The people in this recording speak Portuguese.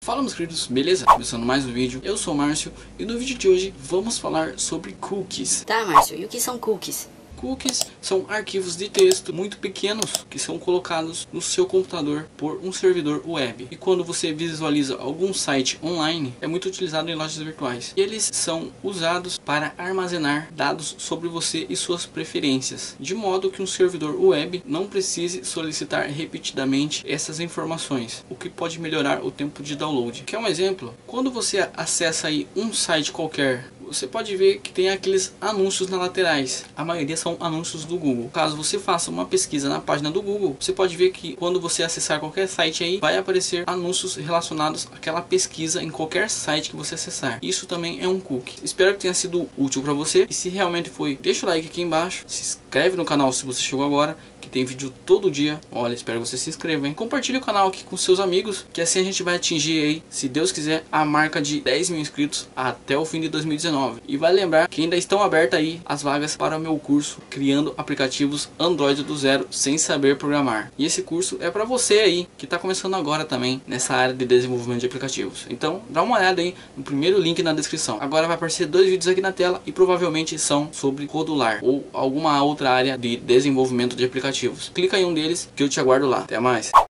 Fala, meus queridos, beleza? Começando mais um vídeo, eu sou o Márcio e no vídeo de hoje vamos falar sobre cookies. Tá, Márcio, e o que são cookies? Cookies são arquivos de texto muito pequenos que são colocados no seu computador por um servidor web. E quando você visualiza algum site online, é muito utilizado em lojas virtuais. E eles são usados para armazenar dados sobre você e suas preferências, de modo que um servidor web não precise solicitar repetidamente essas informações, o que pode melhorar o tempo de download. Quer um exemplo? Quando você acessa aí um site qualquer, você pode ver que tem aqueles anúncios nas laterais. A maioria são anúncios do Google. Caso você faça uma pesquisa na página do Google, você pode ver que quando você acessar qualquer site aí, vai aparecer anúncios relacionados àquela pesquisa em qualquer site que você acessar. Isso também é um cookie. Espero que tenha sido útil para você. E se realmente foi, deixa o like aqui embaixo. Se inscreve no canal se você chegou agora, que tem vídeo todo dia. Olha, espero que você se inscreva, hein? Compartilhe o canal aqui com seus amigos, que assim a gente vai atingir aí, se Deus quiser, a marca de 10 mil inscritos até o fim de 2019. E vai lembrar que ainda estão abertas aí as vagas para o meu curso Criando Aplicativos Android do Zero Sem Saber Programar. E esse curso é para você aí que está começando agora também nessa área de desenvolvimento de aplicativos. Então dá uma olhada aí no primeiro link na descrição. Agora vai aparecer dois vídeos aqui na tela e provavelmente são sobre Codular ou alguma outra área de desenvolvimento de aplicativos. Clica em um deles que eu te aguardo lá. Até mais!